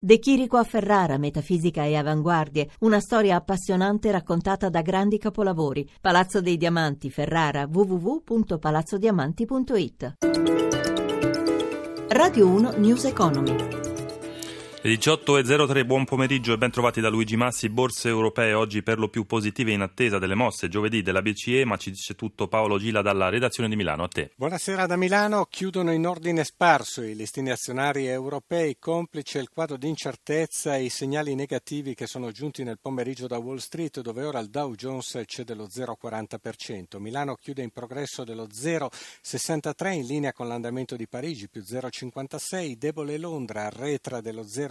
De Chirico a Ferrara, metafisica e avanguardie, una storia appassionante raccontata da grandi capolavori. Palazzo dei Diamanti, Ferrara, www.palazzodiamanti.it. Radio 1 News Economy. Le 18.03, buon pomeriggio e ben trovati da Luigi Massi. Borse europee oggi per lo più positive in attesa delle mosse giovedì della BCE, ma ci dice tutto Paolo Gila dalla redazione di Milano. A te. Buonasera da Milano. Chiudono in ordine sparso i listini azionari europei, complice il quadro di incertezza e i segnali negativi che sono giunti nel pomeriggio da Wall Street, dove ora il Dow Jones cede lo 0,40%. Milano chiude in progresso dello 0,63 in linea con l'andamento di Parigi, più 0,56, debole Londra arretra dello 0,30%,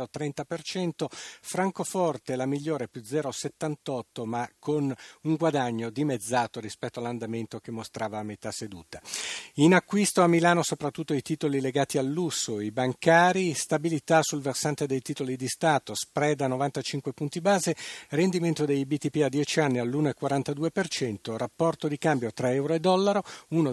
Francoforte la migliore più 0,78 ma con un guadagno dimezzato rispetto all'andamento che mostrava a metà seduta. In acquisto a Milano soprattutto i titoli legati al lusso, i bancari, stabilità sul versante dei titoli di Stato, spread a 95 punti base, rendimento dei BTP a 10 anni all'1,42%, rapporto di cambio tra euro e dollaro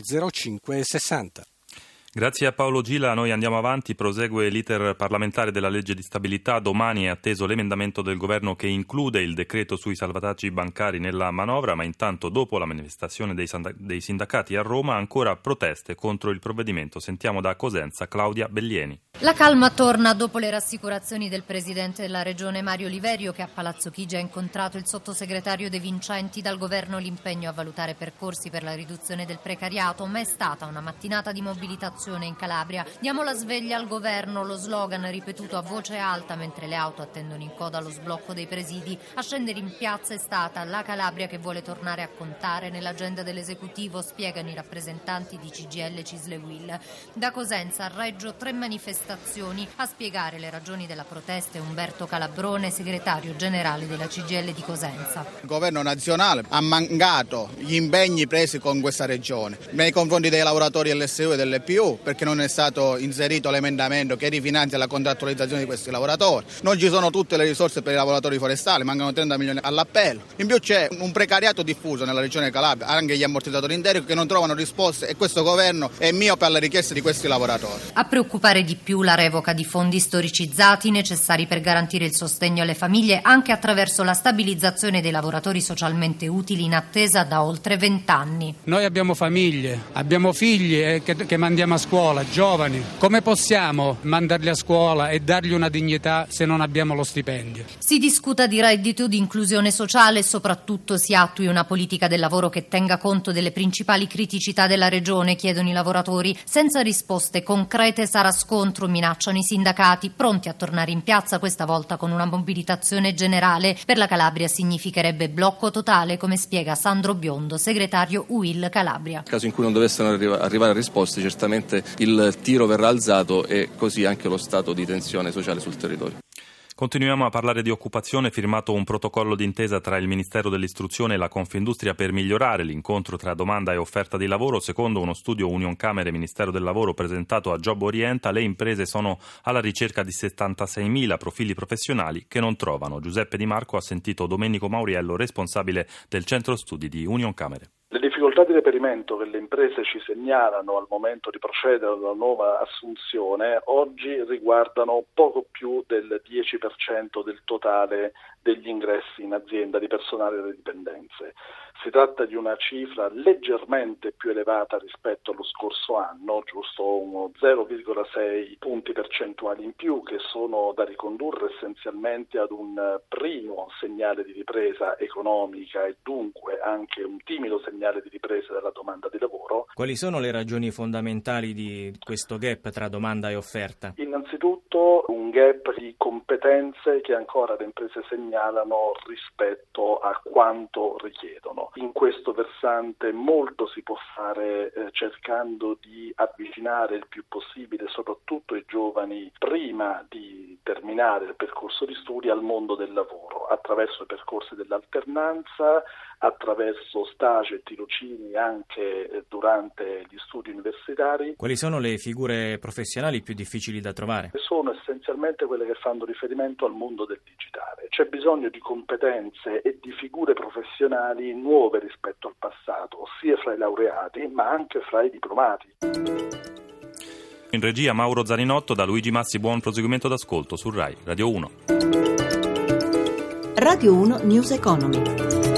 1,0560. Grazie a Paolo Gila, noi andiamo avanti, prosegue l'iter parlamentare della legge di stabilità, domani è atteso l'emendamento del governo che include il decreto sui salvataggi bancari nella manovra, ma intanto dopo la manifestazione dei sindacati a Roma ancora proteste contro il provvedimento. Sentiamo da Cosenza Claudia Bellieni. La calma torna dopo le rassicurazioni del presidente della regione Mario Liverio, che a Palazzo Chigi ha incontrato il sottosegretario De Vincenti. Dal governo l'impegno a valutare percorsi per la riduzione del precariato, ma è stata una mattinata di mobilitazione in Calabria. Diamo la sveglia al governo, lo slogan ripetuto a voce alta mentre le auto attendono in coda allo sblocco dei presidi. A scendere in piazza è stata la Calabria, che vuole tornare a contare nell'agenda dell'esecutivo, spiegano i rappresentanti di CGIL Cisle-UIL. Da Cosenza a Reggio 3 manifestazioni. A spiegare le ragioni della protesta è Umberto Calabrone, segretario generale della CGIL di Cosenza. Il governo nazionale ha mancato gli impegni presi con questa regione nei confronti dei lavoratori LSU e dell'EPU, perché non è stato inserito l'emendamento che rifinanzia la contrattualizzazione di questi lavoratori. Non ci sono tutte le risorse per i lavoratori forestali, mancano 30 milioni all'appello. In più c'è un precariato diffuso nella regione Calabria, anche gli ammortizzatori in deroga che non trovano risposte, e questo governo è miope alle richieste di questi lavoratori. A preoccupare di più la revoca di fondi storicizzati necessari per garantire il sostegno alle famiglie anche attraverso la stabilizzazione dei lavoratori socialmente utili in attesa da oltre 20 anni. Noi abbiamo famiglie, abbiamo figli che mandiamo a scuola, giovani. Come possiamo mandarli a scuola e dargli una dignità se non abbiamo lo stipendio? Si discuta di reddito, di inclusione sociale e soprattutto si attui una politica del lavoro che tenga conto delle principali criticità della regione, chiedono i lavoratori. Senza risposte concrete sarà scontro, minacciano i sindacati, pronti a tornare in piazza, questa volta con una mobilitazione generale. Per la Calabria significherebbe blocco totale, come spiega Sandro Biondo, segretario UIL Calabria. Nel caso in cui non dovessero arrivare a risposte, certamente il tiro verrà alzato e così anche lo stato di tensione sociale sul territorio. Continuiamo a parlare di occupazione. Firmato un protocollo d'intesa tra il Ministero dell'Istruzione e la Confindustria per migliorare l'incontro tra domanda e offerta di lavoro. Secondo uno studio Unioncamere Ministero del Lavoro presentato a Job Orienta, le imprese sono alla ricerca di 76.000 profili professionali che non trovano. Giuseppe Di Marco ha sentito Domenico Mauriello, responsabile del centro studi di Unioncamere. Le difficoltà di reperimento che le imprese ci segnalano al momento di procedere alla nuova assunzione oggi riguardano poco più del 10% del totale degli ingressi in azienda di personale e delle dipendenze. Si tratta di una cifra leggermente più elevata rispetto allo scorso anno, giusto uno 0,6 punti percentuali in più, che sono da ricondurre essenzialmente ad un primo segnale di ripresa economica e dunque anche un timido segnale di ripresa della domanda di lavoro. Quali sono le ragioni fondamentali di questo gap tra domanda e offerta? Innanzitutto un gap di competenze che ancora le imprese segnalano rispetto a quanto richiedono. In questo versante molto si può fare cercando di avvicinare il più possibile soprattutto i giovani prima di terminare il percorso di studi al mondo del lavoro, attraverso i percorsi dell'alternanza, attraverso stage e tirocini anche durante gli studi universitari. Quali sono le figure professionali più difficili da trovare? Sono essenzialmente quelle che fanno riferimento al mondo del digitale. C'è bisogno di competenze e di figure professionali nuove rispetto al passato, sia fra i laureati ma anche fra i diplomati. In regia Mauro Zaninotto, da Luigi Massi buon proseguimento d'ascolto su Rai Radio 1. Radio 1 News Economy.